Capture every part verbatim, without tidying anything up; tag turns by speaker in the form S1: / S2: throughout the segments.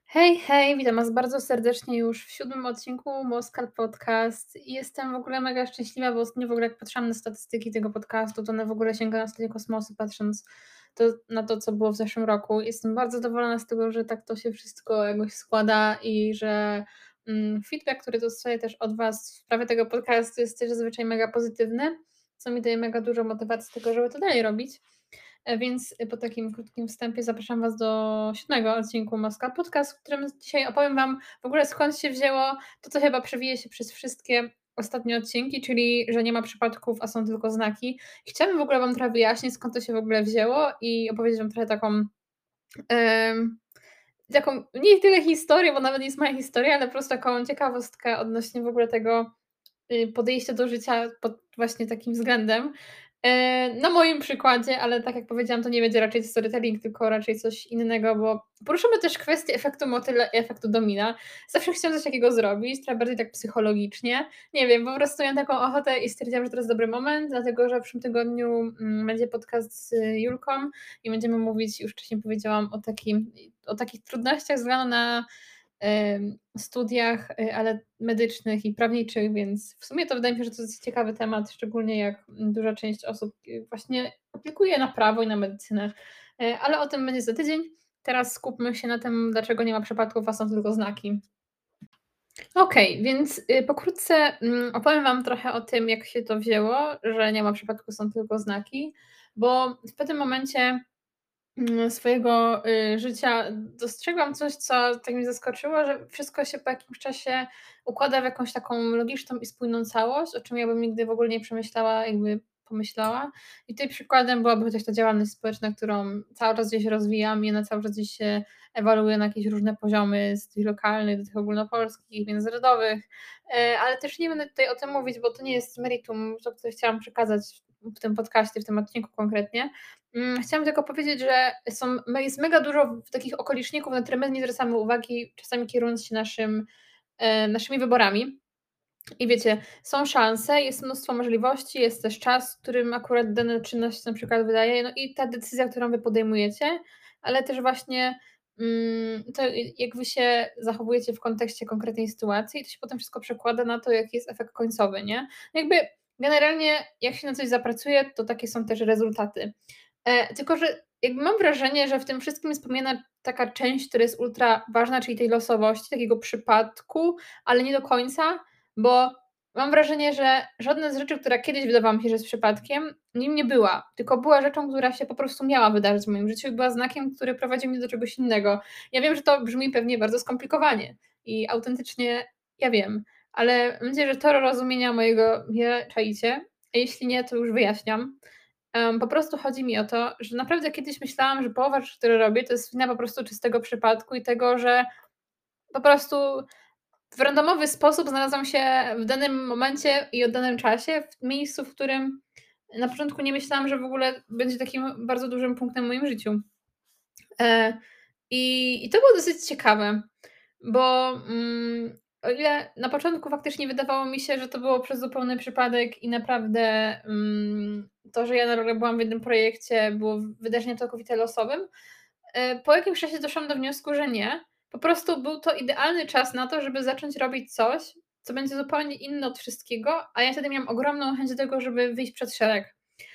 S1: Hej, hej, witam was bardzo serdecznie już w siódmym odcinku Moskal Podcast i jestem w ogóle mega szczęśliwa, bo ostatnio w ogóle jak patrzyłam na statystyki tego podcastu, to one w ogóle sięgają ostatnio kosmosu, patrząc to, na to, co było w zeszłym roku. Jestem bardzo zadowolona z tego, że tak to się wszystko jakoś składa i że mm, feedback, który dostaję też od was w sprawie tego podcastu jest też zazwyczaj mega pozytywny, co mi daje mega dużo motywacji do tego, żeby to dalej robić. E, Więc po takim krótkim wstępie zapraszam Was do siódmego odcinku Moska Podcast, w którym dzisiaj opowiem Wam w ogóle skąd się wzięło to, co chyba przewija się przez wszystkie ostatnie odcinki, czyli że nie ma przypadków, a są tylko znaki. I chciałabym w ogóle Wam trochę wyjaśnić, skąd to się w ogóle wzięło i opowiedzieć Wam trochę taką, em, taką nie tyle historię, bo nawet nie jest moja historia, ale po prostu taką ciekawostkę odnośnie w ogóle tego, y, podejście do życia pod właśnie takim względem. Eee, na moim przykładzie, ale tak jak powiedziałam, to nie będzie raczej storytelling, tylko raczej coś innego, bo poruszymy też kwestię efektu motyla i efektu domina. Zawsze chciałam coś takiego zrobić, trochę bardziej tak psychologicznie. Nie wiem, po prostu miałam taką ochotę i stwierdziłam, że to jest dobry moment, dlatego że w przyszłym tygodniu mm, będzie podcast z Julką i będziemy mówić, już wcześniej powiedziałam, o takim, o takich trudnościach z względu na em, studiach, y, ale medycznych i prawniczych, więc w sumie to wydaje mi się, że to jest ciekawy temat, szczególnie jak mm, duża część osób y, właśnie aplikuje na prawo i na medycynę. E, Ale o tym będzie za tydzień. Teraz skupmy się na tym, dlaczego nie ma przypadków, a są tylko znaki. Okej, więc y, pokrótce mm, opowiem Wam trochę o tym, jak się to wzięło, że nie ma przypadków, są tylko znaki, bo w pewnym momencie mm, swojego, y, życia dostrzegłam coś, co tak mnie zaskoczyło, że wszystko się po jakimś czasie układa w jakąś taką logiczną i spójną całość, o czym ja bym nigdy w ogóle nie przemyślała, jakby pomyślała. I tutaj przykładem byłaby chociaż ta działalność społeczna, którą cały czas gdzieś rozwijam i ona cały czas gdzieś się ewoluuje na jakieś różne poziomy, z tych lokalnych do tych ogólnopolskich, międzynarodowych, e, ale też nie będę tutaj o tym mówić, bo to nie jest meritum, to co chciałam przekazać w tym podcaście, w tym odcinku konkretnie. Mm, chciałam tylko powiedzieć, że są me jest mega dużo takich okoliczników, na które my nie zwracamy uwagi, czasami kierując się naszym, e, naszymi wyborami. I wiecie, są szanse, jest mnóstwo możliwości, jest też czas, w którym akurat dana czynność się na przykład wydaje, no i ta decyzja, którą wy podejmujecie, ale też właśnie, mm, to jak wy się zachowujecie w kontekście konkretnej sytuacji, to się potem wszystko przekłada na to, jaki jest efekt końcowy, nie? Jakby generalnie jak się na coś zapracuje, to takie są też rezultaty. E, tylko że jakby mam wrażenie, że w tym wszystkim jest pomijana taka część, która jest ultra ważna, czyli tej losowości, takiego przypadku, ale nie do końca, bo mam wrażenie, że żadna z rzeczy, która kiedyś wydawała mi się, że jest przypadkiem, nim nie była, tylko była rzeczą, która się po prostu miała wydarzyć w moim życiu i była znakiem, który prowadził mnie do czegoś innego. Ja wiem, że to brzmi pewnie bardzo skomplikowanie i autentycznie ja wiem, ale mam nadzieję, że to rozumienia mojego mnie czaicie, a jeśli nie, to już wyjaśniam. Em, po prostu chodzi mi o to, że naprawdę kiedyś myślałam, że połowa rzeczy, które robię, to jest wina po prostu czystego przypadku i tego, że po prostu w randomowy sposób znalazłam się w danym momencie i o danym czasie w miejscu, w którym na początku nie myślałam, że w ogóle będzie takim bardzo dużym punktem w moim życiu. E, i i to było dosyć ciekawe, bo, mm, o ile na początku faktycznie wydawało mi się, że to było przez zupełny przypadek i naprawdę, mm, to, że ja nagle byłam w jednym projekcie, było wydarzeniem całkowicie losowym, e, po jakimś czasie doszłam do wniosku, że nie. Po prostu był to idealny czas na to, żeby zacząć robić coś, co będzie zupełnie inne od wszystkiego, a ja wtedy miałam ogromną chęć do tego, żeby wyjść przed szereg.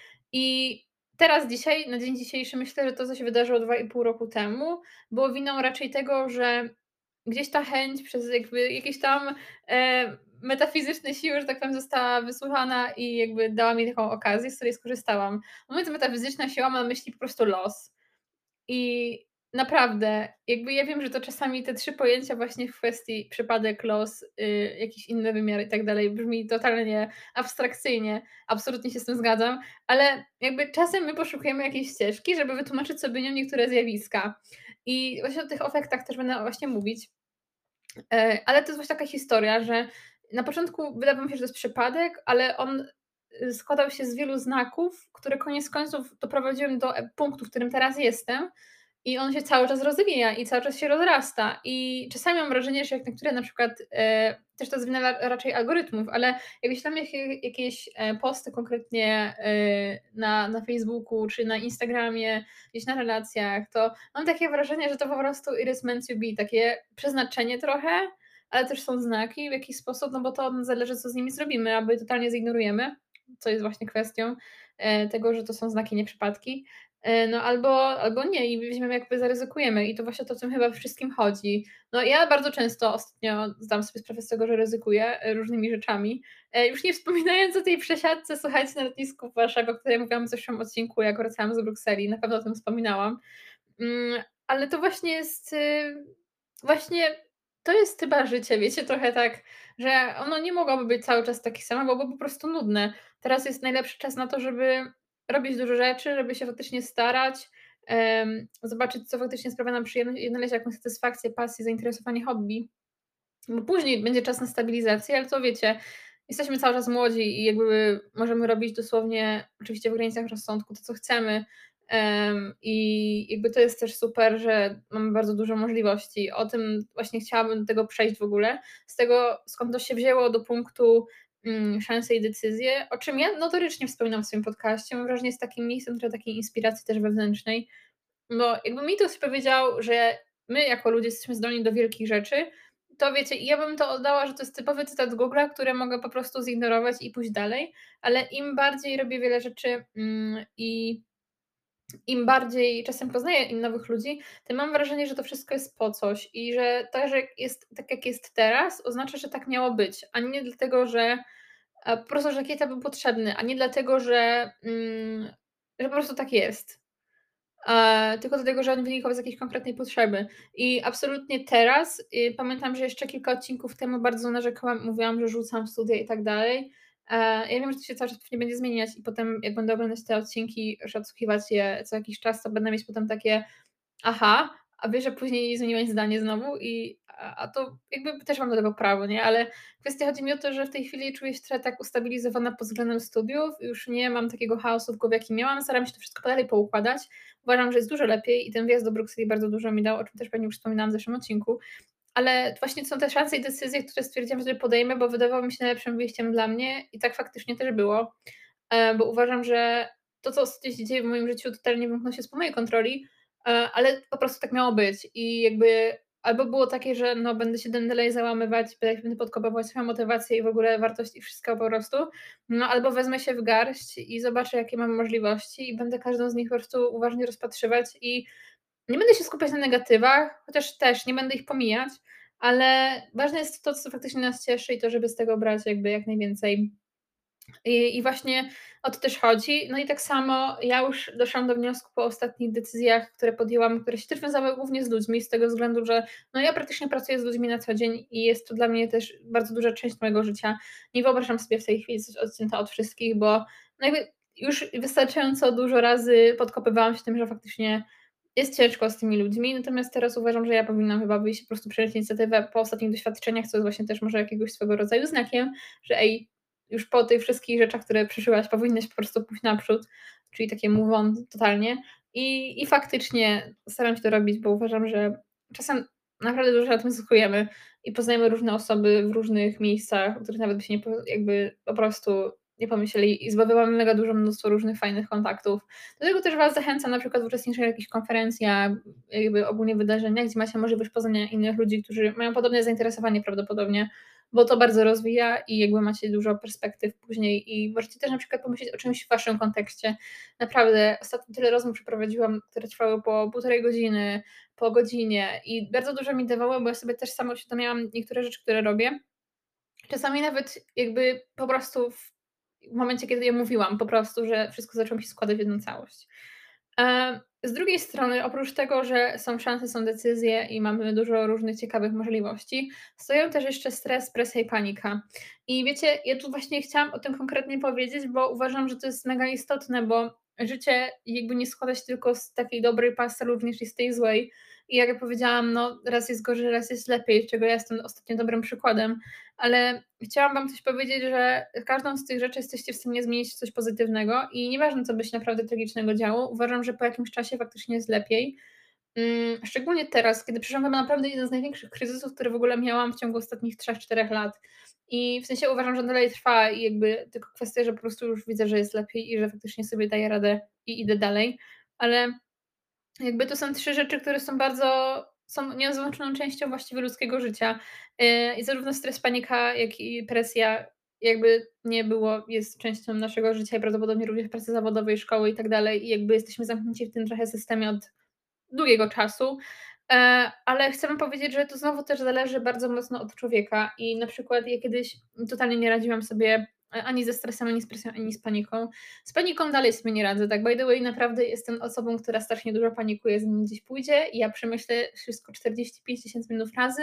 S1: I teraz dzisiaj, na dzień dzisiejszy myślę, że to, co się wydarzyło dwa i pół roku temu, było winą raczej tego, że gdzieś ta chęć przez jakby jakieś tam, e, metafizyczne siły, że tak powiem, została wysłuchana i jakby dała mi taką okazję, z której skorzystałam. Mówiąc metafizyczna siła, mam na myśli po prostu los. I naprawdę, jakby ja wiem, że to czasami te trzy pojęcia właśnie w kwestii przypadek, los, y, jakiś inny wymiar i tak dalej brzmi totalnie abstrakcyjnie, absolutnie się z tym zgadzam, ale jakby czasem my poszukujemy jakiejś ścieżki, żeby wytłumaczyć sobie nią niektóre zjawiska. I właśnie o tych efektach też będę właśnie mówić. E, ale to jest właśnie taka historia, że na początku wydawało mi się, że to jest przypadek, ale on, y, składał się z wielu znaków, które koniec końców doprowadziły mnie do, e, punktu, w którym teraz jestem. I on się cały czas rozwija i cały czas się rozrasta. I czasami mam wrażenie, że jak niektóre na przykład, e, też to jest wina ra raczej algorytmów, ale jak gdzieś tam jakie jakieś, e, posty konkretnie, e, na na Facebooku czy na Instagramie, gdzieś na relacjach, to mam takie wrażenie, że to po prostu it is meant to be, takie przeznaczenie trochę, ale też są znaki w jakiś sposób, no bo to od nas zależy, co z nimi zrobimy, albo je totalnie zignorujemy, co jest właśnie kwestią, e, tego, że to są znaki, nie przypadki. E, no albo albo nie i weźmiemy jakby zaryzykujemy i to właśnie to, o czym chyba wszystkim chodzi. No ja bardzo często ostatnio zdałam sobie sprawę z tego, że ryzykuję, e, różnymi rzeczami. E, już nie wspominając o tej przesiadce, słuchajcie, na lotnisku w Warszawie, o której mówiłam w zeszłym odcinku, jak wracałam z Brukseli, na pewno o tym wspominałam. Mm, ale to właśnie jest, y, właśnie to jest chyba życie, wiecie, trochę tak, że ono nie mogłoby być cały czas takie samo, bo byłoby po prostu nudne. Teraz jest najlepszy czas na to, żeby robić dużo rzeczy, żeby się faktycznie starać, em, zobaczyć, co faktycznie sprawia nam przyjemność i odnaleźć jakąś satysfakcję, pasję, zainteresowanie, hobby. Bo później będzie czas na stabilizację, ale to wiecie, jesteśmy cały czas młodzi i jakby możemy robić dosłownie, oczywiście w granicach rozsądku, to co chcemy. Em, I jakby to jest też super, że mamy bardzo dużo możliwości. O tym właśnie chciałabym do tego przejść w ogóle. Z tego, skąd to się wzięło do punktu mm, szanse i decyzje, o czym ja notorycznie wspominam w swoim podcaście. Mam wrażenie, jest takim miejscem trochę takiej inspiracji też wewnętrznej. No, jakby mi ktoś powiedział, że my jako ludzie jesteśmy zdolni do wielkich rzeczy, to wiecie, ja bym to oddała, że to jest typowy cytat z Google'a, który mogę po prostu zignorować i pójść dalej, ale im bardziej robię wiele rzeczy, mm, i im bardziej czasem poznaję in nowych ludzi, tym mam wrażenie, że to wszystko jest po coś i że to, że jest tak, jak jest teraz, oznacza, że tak miało być, a nie dlatego, że a po prostu, że taki etap był potrzebny, a nie dlatego, że, mm, że po prostu tak jest. Eee, tylko dlatego, że on wynikał z jakiejś konkretnej potrzeby. I absolutnie teraz, y, pamiętam, że jeszcze kilka odcinków temu bardzo narzekałam, mówiłam, że rzucam studia i tak dalej. Eee, ja wiem, że to się cały czas pewnie będzie zmieniać i potem jak będę oglądać te odcinki, już odsłuchiwać je co jakiś czas, to będę mieć potem takie: aha, a wiesz, że później zmieniłaś zdanie znowu i a a to jakby też mam do tego prawo, nie? Ale kwestia chodzi mi o to, że w tej chwili czuję się trochę tak ustabilizowana pod względem studiów, już nie mam takiego chaosu w głowie, jaki miałam, staram się to wszystko dalej poukładać. Uważam, że jest dużo lepiej i ten wyjazd do Brukseli bardzo dużo mi dał, o czym też pewnie już wspominałam w zeszłym odcinku. Ale właśnie to są te szanse i decyzje, które stwierdziłam, że podejmę, bo wydawało mi się najlepszym wyjściem dla mnie i tak faktycznie też było. E, bo uważam, że to, co ostatnio się dzieje w moim życiu, totalnie wymknęło się spod mojej kontroli, e, ale po prostu tak miało być. I jakby albo było takie, że no, będę się ten dalej załamywać, będę podkopywać swoją motywację i w ogóle wartość i wszystko po prostu, no albo wezmę się w garść i zobaczę, jakie mam możliwości i będę każdą z nich po prostu uważnie rozpatrywać i nie będę się skupiać na negatywach, chociaż też nie będę ich pomijać, ale ważne jest to, co faktycznie nas cieszy i to, żeby z tego brać jakby jak najwięcej i i właśnie o to też chodzi. No i tak samo ja już doszłam do wniosku po ostatnich decyzjach, które podjęłam, które się też wiązały głównie z ludźmi, z tego względu, że no ja praktycznie pracuję z ludźmi na co dzień i jest to dla mnie też bardzo duża część mojego życia. Nie wyobrażam sobie w tej chwili być odcięta od wszystkich, bo no jakby już wystarczająco dużo razy podkopywałam się tym, że faktycznie jest ciężko z tymi ludźmi, natomiast teraz uważam, że ja powinnam chyba wyjść i po prostu przejąć inicjatywę po ostatnich doświadczeniach, co jest właśnie też może jakiegoś swego rodzaju znakiem, że ej, już po tych wszystkich rzeczach, które przeżyłaś, powinnaś po prostu pójść naprzód, czyli takie move on totalnie. I, i faktycznie staram się to robić, bo uważam, że czasem naprawdę dużo na tym zyskujemy i poznajemy różne osoby w różnych miejscach, o których nawet by się nie, po- jakby po prostu nie pomyśleli i zdobywamy mega dużo mnóstwo różnych fajnych kontaktów. Do tego też Was zachęcam na przykład w uczestniczeniu w jakichś konferencjach, jakby ogólnie wydarzeniach, gdzie macie możliwość poznania innych ludzi, którzy mają podobne zainteresowanie prawdopodobnie, bo to bardzo rozwija i jakby macie dużo perspektyw później i możecie też na przykład pomyśleć o czymś w Waszym kontekście. Naprawdę ostatnio tyle rozmów przeprowadziłam, które trwały po półtorej godziny, po godzinie i bardzo dużo mi dawało, bo ja sobie też sama uświadamiałam niektóre rzeczy, które robię. Czasami nawet jakby po prostu w w momencie, kiedy je mówiłam, po prostu, że wszystko zaczęło mi się składać w jedną całość. Eee, z drugiej strony, oprócz tego, że są szanse, są decyzje i mamy dużo różnych ciekawych możliwości, stoją też jeszcze stres, presja i panika. I wiecie, ja tu właśnie chciałam o tym konkretnie powiedzieć, bo uważam, że to jest mega istotne, bo życie jakby nie składa się tylko z takiej dobrej pasy, również i z tej złej. I jak ja powiedziałam, no raz jest gorzej, raz jest lepiej, czego ja jestem ostatnio dobrym przykładem, ale chciałam wam coś powiedzieć, że każdą z tych rzeczy jesteście w stanie zmienić w coś pozytywnego i nieważne, co by się naprawdę tragicznego działo, uważam, że po jakimś czasie faktycznie jest lepiej. Mm, szczególnie teraz, kiedy przeżywam chyba naprawdę jeden z największych kryzysów, który w ogóle miałam w ciągu ostatnich trzech czterech lat. I w sensie uważam, że on dalej trwa i jakby tylko kwestia, że po prostu już widzę, że jest lepiej i że faktycznie sobie daję radę i idę dalej. Ale jakby to są trzy rzeczy, które są bardzo są nieodłączną częścią właściwie ludzkiego życia. Yy, i zarówno stres, panika, jak i presja jakby nie było jest częścią naszego życia i prawdopodobnie również pracy zawodowej, szkoły i tak dalej. I jakby jesteśmy zamknięci w tym trochę systemie od długiego czasu. E, ale chcę wam powiedzieć, że to znowu też zależy bardzo mocno od człowieka i na przykład ja kiedyś totalnie nie radziłam sobie a ani ze stresem, ani z presją, ani z paniką. Z paniką dalej sobie nie radzę, tak by the way naprawdę jestem osobą, która strasznie dużo panikuje, zanim gdzieś pójdzie i ja przemyślę wszystko czterdzieści pięć tysięcy minut razy,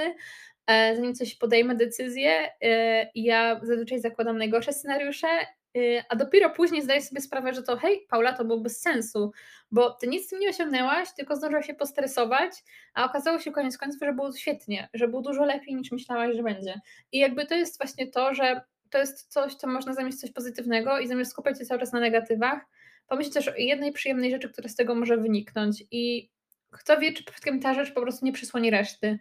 S1: e, zanim coś podejmę decyzję, e, i ja zazwyczaj zakładam najgorsze scenariusze, y, a dopiero później zdaję sobie sprawę, że to hej, Paula, to było bez sensu, bo ty nic z tym nie osiągnęłaś, tylko zdążyłaś się postresować, a okazało się koniec końców, że było świetnie, że było dużo lepiej niż myślałaś, że będzie. I jakby to jest właśnie to, że to jest coś, co można zamienić w coś pozytywnego i zamiast skupiać się cały czas na negatywach, pomyśl też o jednej przyjemnej rzeczy, która z tego może wyniknąć. I kto wie, czy przypadkiem ta rzecz po prostu nie przysłoni reszty.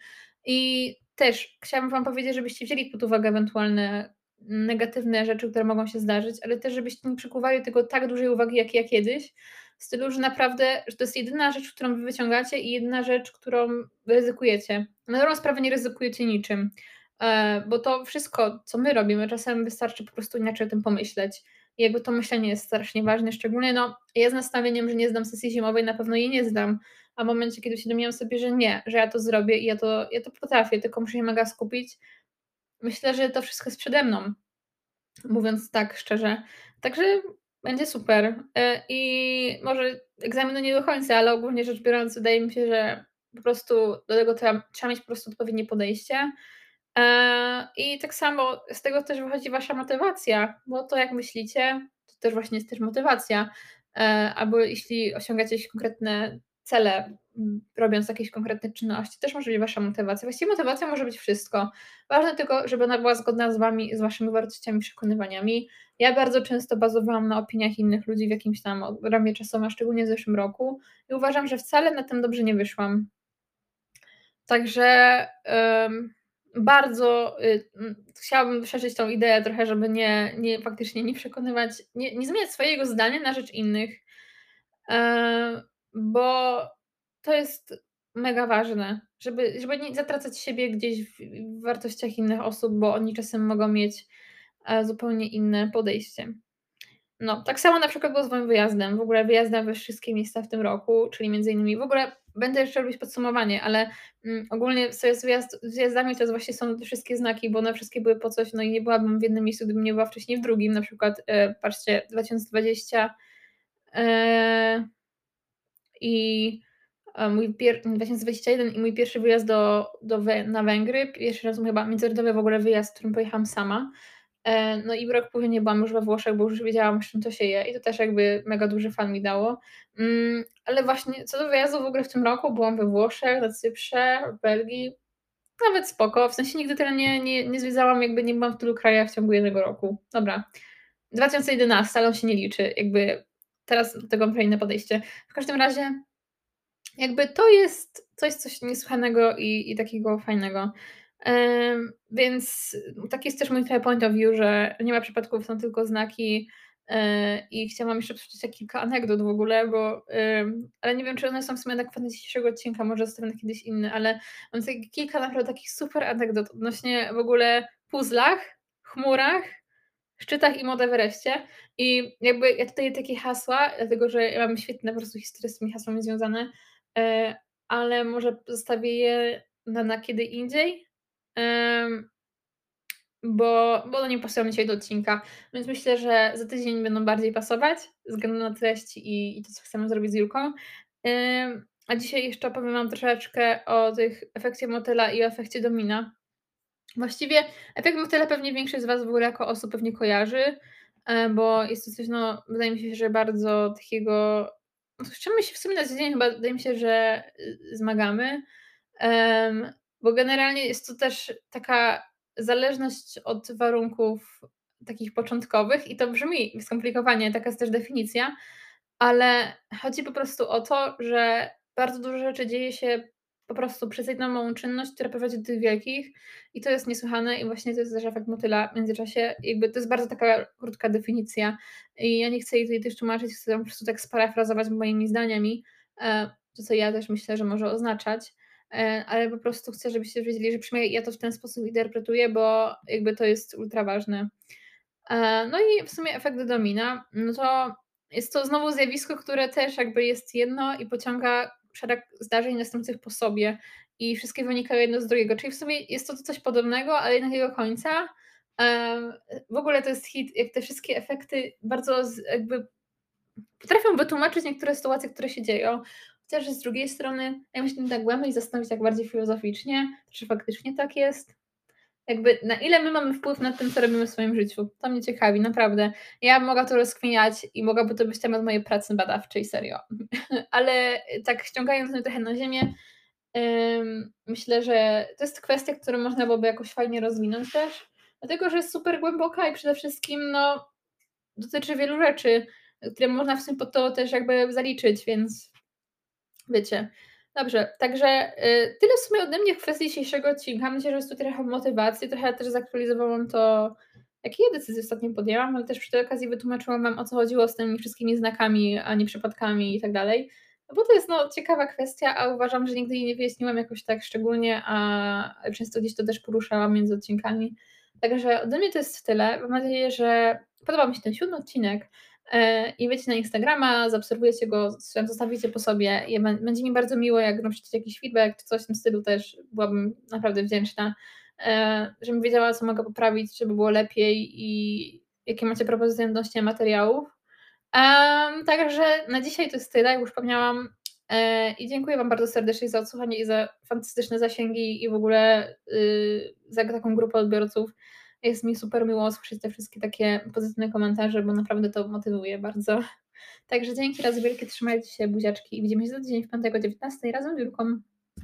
S1: I też chciałabym wam powiedzieć, żebyście wzięli pod uwagę ewentualne negatywne rzeczy, które mogą się zdarzyć, ale też żebyście nie przykuwali do tego tak dużej uwagi, jak ja kiedyś, w stylu, że naprawdę, że to jest jedyna rzecz, którą wy wyciągacie i jedyna rzecz, którą ryzykujecie. Na dobrą sprawę nie ryzykujecie niczym, e, bo to wszystko, co my robimy, czasem wystarczy po prostu inaczej o tym pomyśleć. I jakby to myślenie jest strasznie ważne, szczególnie no, ja z nastawieniem, że nie zdam sesji zimowej, na pewno jej nie zdam, a w momencie, kiedy uświadomiłam sobie, że nie, że ja to zrobię i ja to, ja to potrafię, tylko muszę się mega skupić, myślę, że to wszystko jest przede mną. Mówiąc tak szczerze. Także będzie super. E, I może egzaminu nie do końca, ale ogólnie rzecz biorąc, wydaje mi się, że po prostu do tego trzeba trzeba mieć po prostu odpowiednie podejście. Eee, I tak samo z tego też wychodzi wasza motywacja, bo to jak myślicie, to też właśnie jest też motywacja. Eee, albo jeśli osiągacie jakieś konkretne cele, mm, robiąc jakieś konkretne czynności, też może być wasza motywacja. Właściwie motywacja może być wszystko. Ważne tylko, żeby ona była zgodna z wami, z waszymi wartościami, przekonywaniami. Ja bardzo często bazowałam na opiniach innych ludzi w jakimś tam ramie czasowym, a szczególnie w zeszłym roku i uważam, że wcale na tym dobrze nie wyszłam. Także, ym, bardzo, y, mm, chciałabym szerzyć tą ideę trochę, żeby nie nie faktycznie nie przekonywać nie nie zmieniać swojego zdania na rzecz innych, eee, bo to jest mega ważne, żeby żeby nie zatracać siebie gdzieś w w wartościach innych osób, bo oni czasem mogą mieć, e, zupełnie inne podejście. No, tak samo na przykład było z moim wyjazdem. W ogóle wyjazdem we wszystkie miejsca w tym roku, czyli między innymi w ogóle będę jeszcze robić podsumowanie, ale, mm, ogólnie sobie z wyjazd z wyjazdami to właśnie są te wszystkie znaki, bo one wszystkie były po coś, no i nie byłabym w jednym miejscu, gdybym nie była wcześniej w drugim. Na przykład, e, patrzcie, dwa tysiące dwudziesty, eee, i, a mój pier dwa tysiące dwudziesty jeden i mój pierwszy wyjazd do do Wę na Węgry. Pierwszy raz chyba międzynarodowy w ogóle wyjazd, w którym pojechałam sama. E, no i rok później byłam już we Włoszech, bo już wiedziałam, z czym to się je i to też jakby mega duży fan mi dało. Mm, ale właśnie co do wyjazdu w ogóle w tym roku, byłam we Włoszech, na Cyprze, w Belgii. Nawet spoko, w sensie nigdy tyle nie nie nie zwiedzałam, jakby nie byłam w tylu krajach w ciągu jednego roku. Dobra, dwa tysiące jedenasty, ale on się nie liczy, jakby teraz do tego mam trochę inne podejście. W każdym razie jakby to jest coś coś niesłychanego i i takiego fajnego. Em, więc taki jest też mój trochę point of view, że nie ma przypadków, są tylko znaki, e, i chciałam jeszcze przeczytać kilka anegdot w ogóle, bo, ym, ale nie wiem, czy one są w sumie adekwatne do dzisiejszego odcinka, może zostawię na kiedyś inny, ale mam tutaj kilka naprawdę takich super anegdot odnośnie w ogóle puzzlach, chmurach, szczytach i Mount Everestie. I jakby ja tutaj takie hasła, dlatego że ja mam świetne po prostu historie z tymi hasłami związane, e, ale może zostawię je na na kiedy indziej, em, bo bo one nie pasują dzisiaj do odcinka. Więc myślę, że za tydzień będą bardziej pasować ze względu na treść i i to, co chcemy zrobić z Julką. Ym, a dzisiaj jeszcze opowiem wam troszeczkę o tych efekcie motyla i o efekcie domina. Właściwie efekt motyla pewnie większość z was w ogóle jako osób pewnie kojarzy, e, bo jest to coś, no, wydaje mi się, że bardzo takiego no, z czym my się w sumie na co dzień chyba wydaje mi się, że, y, zmagamy, em, bo generalnie jest to też taka zależność od warunków takich początkowych i to brzmi skomplikowanie, taka jest też definicja, ale chodzi po prostu o to, że bardzo dużo rzeczy dzieje się po prostu przez jedną małą czynność, która prowadzi do tych wielkich i to jest niesłychane i właśnie to jest też efekt motyla w międzyczasie. Jakby to jest bardzo taka krótka definicja i ja nie chcę jej tutaj też tłumaczyć, chcę ją po prostu tak sparafrazować moimi zdaniami, e, to co ja też myślę, że może oznaczać, e, ale po prostu chcę, żebyście wiedzieli, że przynajmniej ja to w ten sposób interpretuję, bo jakby to jest ultra ważne. E, no i w sumie efekt domina, no to jest to znowu zjawisko, które też jakby jest jedno i pociąga szereg zdarzeń następujących po sobie i wszystkie wynikają jedno z drugiego, czyli w sumie jest to coś podobnego, ale jednak jego końca. Em, w ogóle to jest hit, jak te wszystkie efekty bardzo z jakby potrafią wytłumaczyć niektóre sytuacje, które się dzieją, chociaż z drugiej strony, ja myślę tak głębiej zastanowić tak bardziej filozoficznie, czy faktycznie tak jest? Jakby na ile my mamy wpływ na tym, co robimy w swoim życiu? To mnie ciekawi, naprawdę. Ja mogę to rozkminiać i mogłaby to być temat mojej pracy badawczej, serio. Ale tak ściągając mnie trochę na ziemię, ym, myślę, że to jest kwestia, którą można byłoby jakoś fajnie rozwinąć też, dlatego że jest super głęboka i przede wszystkim, no, dotyczy wielu rzeczy, które można w sumie pod to też jakby zaliczyć, więc wiecie. Dobrze, także, y, tyle w sumie ode mnie w kwestii dzisiejszego odcinka. Mam nadzieję, że jest tu trochę motywacji, trochę też zaktualizowałam to, jakie ja decyzje ostatnio podjęłam, ale też przy tej okazji wytłumaczyłam wam, o co chodziło z tymi wszystkimi znakami, a nie przypadkami i tak dalej. No bo to jest, no, ciekawa kwestia, a uważam, że nigdy jej nie wyjaśniłam jakoś tak szczególnie, a często gdzieś to też poruszałam między odcinkami. Także ode mnie to jest tyle. Mam nadzieję, że podobał mi się ten siódmy odcinek. E, i wejdźcie na Instagrama, zaobserwujecie go, zostawicie po sobie. Ja bę będzie mi bardzo miło, jak napiszecie jakiś feedback czy coś w tym stylu też, byłabym naprawdę wdzięczna, e, żebym wiedziała, co mogę poprawić, żeby było lepiej i jakie macie propozycje odnośnie materiałów. Em, także na dzisiaj to jest tyle, jak już wspomniałam, e, i dziękuję wam bardzo serdecznie za odsłuchanie i za fantastyczne zasięgi i w ogóle, y, za taką grupę odbiorców. Jest mi super miło słyszeć te wszystkie takie pozytywne komentarze, bo naprawdę to motywuje bardzo. Także dzięki raz wielkie, trzymajcie się, buziaczki i widzimy się za tydzień w piątek o dziewiętnastej razem z Julką.